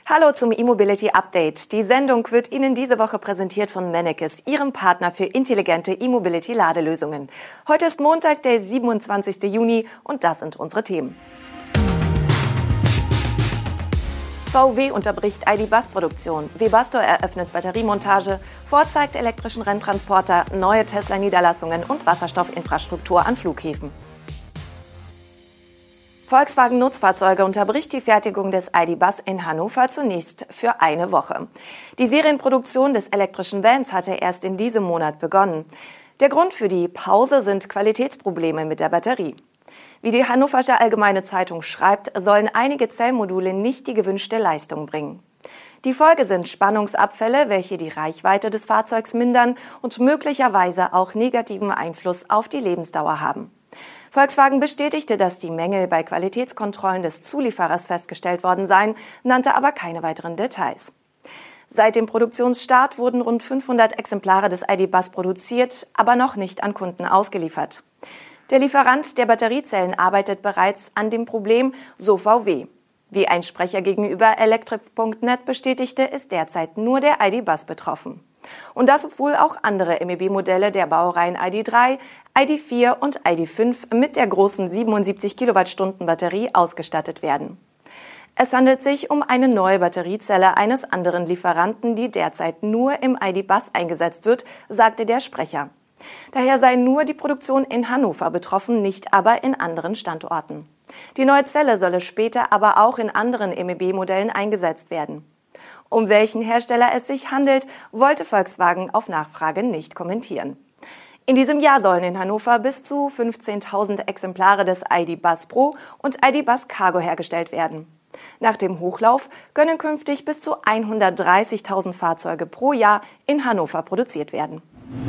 Hallo zum E-Mobility Update. Die Sendung wird Ihnen diese Woche präsentiert von Mennekes, Ihrem Partner für intelligente E-Mobility-Ladelösungen. Heute ist Montag, der 27. Juni und das sind unsere Themen. VW unterbricht ID.Buzz-Produktion, Webasto eröffnet Batteriemontage, Ford zeigt elektrischen Renntransporter, neue Tesla-Niederlassungen und Wasserstoffinfrastruktur an Flughäfen. Volkswagen Nutzfahrzeuge unterbricht die Fertigung des ID.Buzz in Hannover zunächst für eine Woche. Die Serienproduktion des elektrischen Vans hatte erst in diesem Monat begonnen. Der Grund für die Pause sind Qualitätsprobleme mit der Batterie. Wie die Hannoversche Allgemeine Zeitung schreibt, sollen einige Zellmodule nicht die gewünschte Leistung bringen. Die Folge sind Spannungsabfälle, welche die Reichweite des Fahrzeugs mindern und möglicherweise auch negativen Einfluss auf die Lebensdauer haben. Volkswagen bestätigte, dass die Mängel bei Qualitätskontrollen des Zulieferers festgestellt worden seien, nannte aber keine weiteren Details. Seit dem Produktionsstart wurden rund 500 Exemplare des ID.Buzz produziert, aber noch nicht an Kunden ausgeliefert. Der Lieferant der Batteriezellen arbeitet bereits an dem Problem, so VW. Wie ein Sprecher gegenüber Electric.net bestätigte, ist derzeit nur der ID.Buzz betroffen. Und das, obwohl auch andere MEB-Modelle der Baureihen ID.3, ID.4 und ID.5 mit der großen 77 Kilowattstunden Batterie ausgestattet werden. Es handelt sich um eine neue Batteriezelle eines anderen Lieferanten, die derzeit nur im ID.Buzz eingesetzt wird, sagte der Sprecher. Daher sei nur die Produktion in Hannover betroffen, nicht aber in anderen Standorten. Die neue Zelle solle später aber auch in anderen MEB-Modellen eingesetzt werden. Um welchen Hersteller es sich handelt, wollte Volkswagen auf Nachfrage nicht kommentieren. In diesem Jahr sollen in Hannover bis zu 15.000 Exemplare des ID.Buzz Pro und ID.Buzz Cargo hergestellt werden. Nach dem Hochlauf können künftig bis zu 130.000 Fahrzeuge pro Jahr in Hannover produziert werden.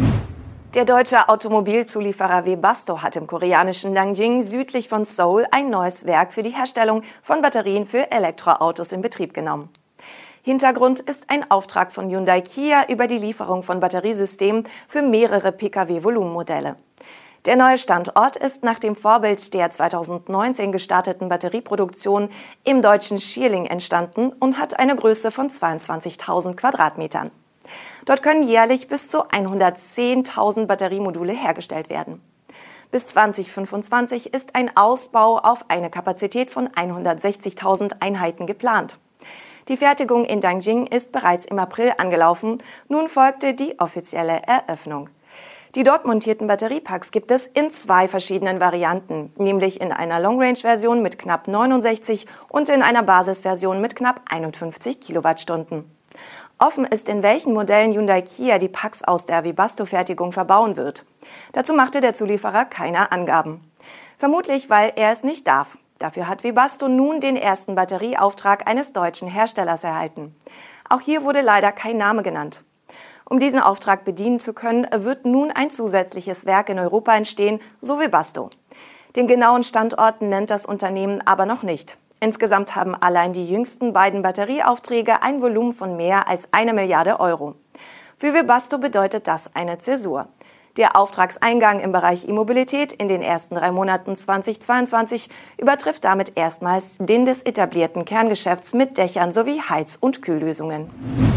Der deutsche Automobilzulieferer Webasto hat im koreanischen Nanjing südlich von Seoul ein neues Werk für die Herstellung von Batterien für Elektroautos in Betrieb genommen. Hintergrund ist ein Auftrag von Hyundai Kia über die Lieferung von Batteriesystemen für mehrere Pkw-Volumenmodelle. Der neue Standort ist nach dem Vorbild der 2019 gestarteten Batterieproduktion im deutschen Schierling entstanden und hat eine Größe von 22.000 Quadratmetern. Dort können jährlich bis zu 110.000 Batteriemodule hergestellt werden. Bis 2025 ist ein Ausbau auf eine Kapazität von 160.000 Einheiten geplant. Die Fertigung in Nanjing ist bereits im April angelaufen. Nun folgte die offizielle Eröffnung. Die dort montierten Batteriepacks gibt es in 2 verschiedenen Varianten, nämlich in einer Long-Range-Version mit knapp 69 und in einer Basisversion mit knapp 51 Kilowattstunden. Offen ist, in welchen Modellen Hyundai Kia die Packs aus der Webasto-Fertigung verbauen wird. Dazu machte der Zulieferer keine Angaben. Vermutlich, weil er es nicht darf. Dafür hat Webasto nun den ersten Batterieauftrag eines deutschen Herstellers erhalten. Auch hier wurde leider kein Name genannt. Um diesen Auftrag bedienen zu können, wird nun ein zusätzliches Werk in Europa entstehen, so Webasto. Den genauen Standort nennt das Unternehmen aber noch nicht. Insgesamt haben allein die jüngsten beiden Batterieaufträge ein Volumen von mehr als 1 Milliarde Euro. Für Webasto bedeutet das eine Zäsur. Der Auftragseingang im Bereich E-Mobilität in den ersten 3 Monaten 2022 übertrifft damit erstmals den des etablierten Kerngeschäfts mit Dächern sowie Heiz- und Kühllösungen.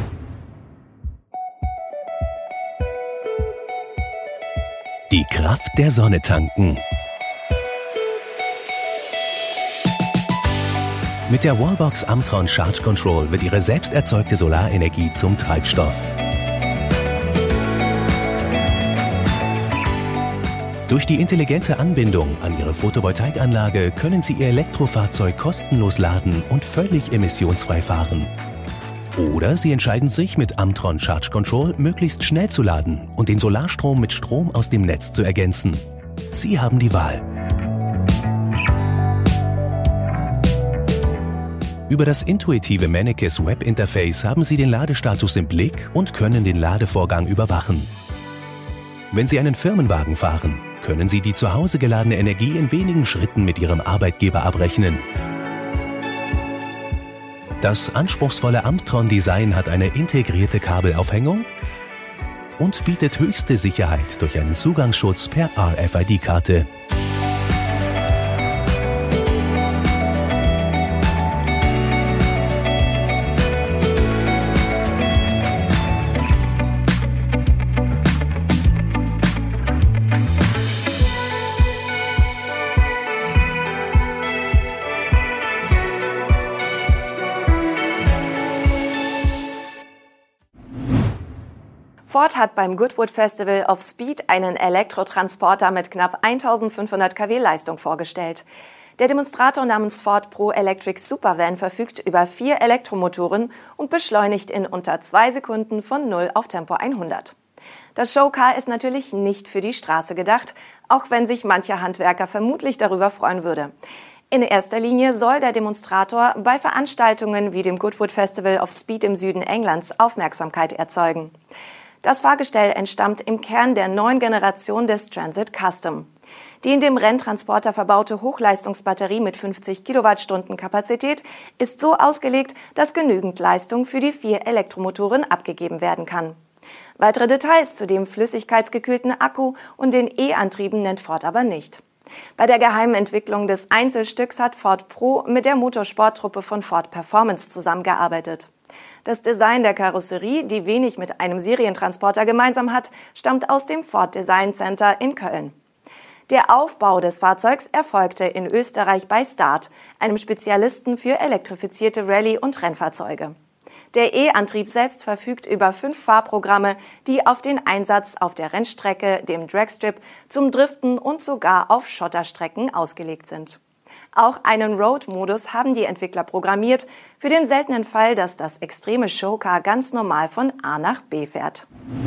Die Kraft der Sonne tanken. Mit der Wallbox Amtron Charge Control wird Ihre selbst erzeugte Solarenergie zum Treibstoff. Durch die intelligente Anbindung an Ihre Photovoltaikanlage können Sie Ihr Elektrofahrzeug kostenlos laden und völlig emissionsfrei fahren. Oder Sie entscheiden sich, mit Amtron Charge Control möglichst schnell zu laden und den Solarstrom mit Strom aus dem Netz zu ergänzen. Sie haben die Wahl. Über das intuitive Mennekes Webinterface haben Sie den Ladestatus im Blick und können den Ladevorgang überwachen. Wenn Sie einen Firmenwagen fahren, können Sie die zu Hause geladene Energie in wenigen Schritten mit Ihrem Arbeitgeber abrechnen. Das anspruchsvolle Amtron-Design hat eine integrierte Kabelaufhängung und bietet höchste Sicherheit durch einen Zugangsschutz per RFID-Karte. Ford hat beim Goodwood Festival of Speed einen Elektrotransporter mit knapp 1500 kW Leistung vorgestellt. Der Demonstrator namens Ford Pro Electric Supervan verfügt über 4 Elektromotoren und beschleunigt in unter 2 Sekunden von 0 auf Tempo 100. Das Showcar ist natürlich nicht für die Straße gedacht, auch wenn sich mancher Handwerker vermutlich darüber freuen würde. In erster Linie soll der Demonstrator bei Veranstaltungen wie dem Goodwood Festival of Speed im Süden Englands Aufmerksamkeit erzeugen. Das Fahrgestell entstammt im Kern der neuen Generation des Transit Custom. Die in dem Renntransporter verbaute Hochleistungsbatterie mit 50 Kilowattstunden Kapazität ist so ausgelegt, dass genügend Leistung für die 4 Elektromotoren abgegeben werden kann. Weitere Details zu dem flüssigkeitsgekühlten Akku und den E-Antrieben nennt Ford aber nicht. Bei der geheimen Entwicklung des Einzelstücks hat Ford Pro mit der Motorsporttruppe von Ford Performance zusammengearbeitet. Das Design der Karosserie, die wenig mit einem Serientransporter gemeinsam hat, stammt aus dem Ford Design Center in Köln. Der Aufbau des Fahrzeugs erfolgte in Österreich bei Start, einem Spezialisten für elektrifizierte Rallye- und Rennfahrzeuge. Der E-Antrieb selbst verfügt über 5 Fahrprogramme, die auf den Einsatz auf der Rennstrecke, dem Dragstrip, zum Driften und sogar auf Schotterstrecken ausgelegt sind. Auch einen Road-Modus haben die Entwickler programmiert, für den seltenen Fall, dass das extreme Showcar ganz normal von A nach B fährt.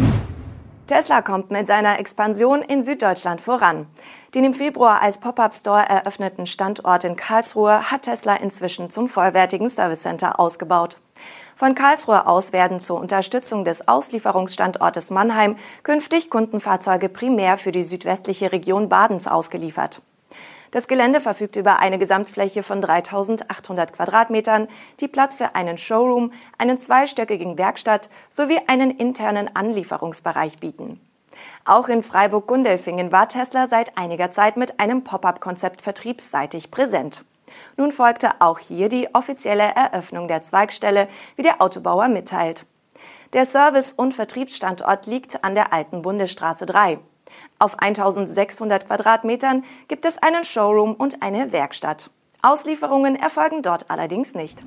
Tesla kommt mit seiner Expansion in Süddeutschland voran. Den im Februar als Pop-up-Store eröffneten Standort in Karlsruhe hat Tesla inzwischen zum vollwertigen Servicecenter ausgebaut. Von Karlsruhe aus werden zur Unterstützung des Auslieferungsstandortes Mannheim künftig Kundenfahrzeuge primär für die südwestliche Region Badens ausgeliefert. Das Gelände verfügt über eine Gesamtfläche von 3.800 Quadratmetern, die Platz für einen Showroom, einen zweistöckigen Werkstatt sowie einen internen Anlieferungsbereich bieten. Auch in Freiburg-Gundelfingen war Tesla seit einiger Zeit mit einem Pop-up-Konzept vertriebsseitig präsent. Nun folgte auch hier die offizielle Eröffnung der Zweigstelle, wie der Autobauer mitteilt. Der Service- und Vertriebsstandort liegt an der alten Bundesstraße 3. Auf 1.600 Quadratmetern gibt es einen Showroom und eine Werkstatt. Auslieferungen erfolgen dort allerdings nicht.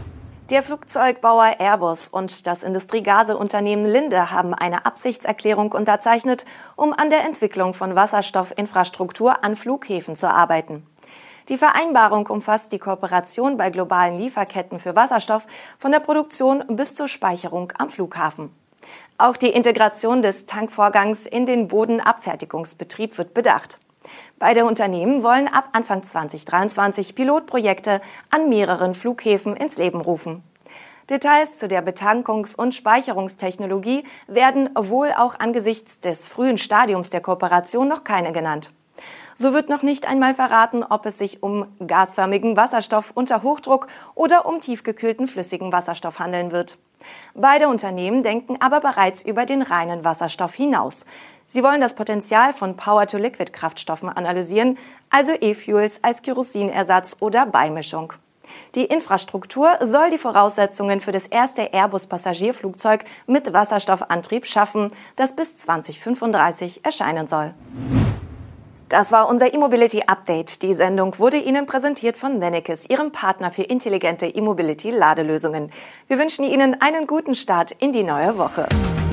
Der Flugzeugbauer Airbus und das Industriegaseunternehmen Linde haben eine Absichtserklärung unterzeichnet, um an der Entwicklung von Wasserstoffinfrastruktur an Flughäfen zu arbeiten. Die Vereinbarung umfasst die Kooperation bei globalen Lieferketten für Wasserstoff von der Produktion bis zur Speicherung am Flughafen. Auch die Integration des Tankvorgangs in den Bodenabfertigungsbetrieb wird bedacht. Beide Unternehmen wollen ab Anfang 2023 Pilotprojekte an mehreren Flughäfen ins Leben rufen. Details zu der Betankungs- und Speicherungstechnologie werden wohl auch angesichts des frühen Stadiums der Kooperation noch keine genannt. So wird noch nicht einmal verraten, ob es sich um gasförmigen Wasserstoff unter Hochdruck oder um tiefgekühlten flüssigen Wasserstoff handeln wird. Beide Unternehmen denken aber bereits über den reinen Wasserstoff hinaus. Sie wollen das Potenzial von Power-to-Liquid-Kraftstoffen analysieren, also E-Fuels als Kerosinersatz oder Beimischung. Die Infrastruktur soll die Voraussetzungen für das erste Airbus-Passagierflugzeug mit Wasserstoffantrieb schaffen, das bis 2035 erscheinen soll. Das war unser E-Mobility-Update. Die Sendung wurde Ihnen präsentiert von Nennekes, Ihrem Partner für intelligente E-Mobility-Ladelösungen. Wir wünschen Ihnen einen guten Start in die neue Woche.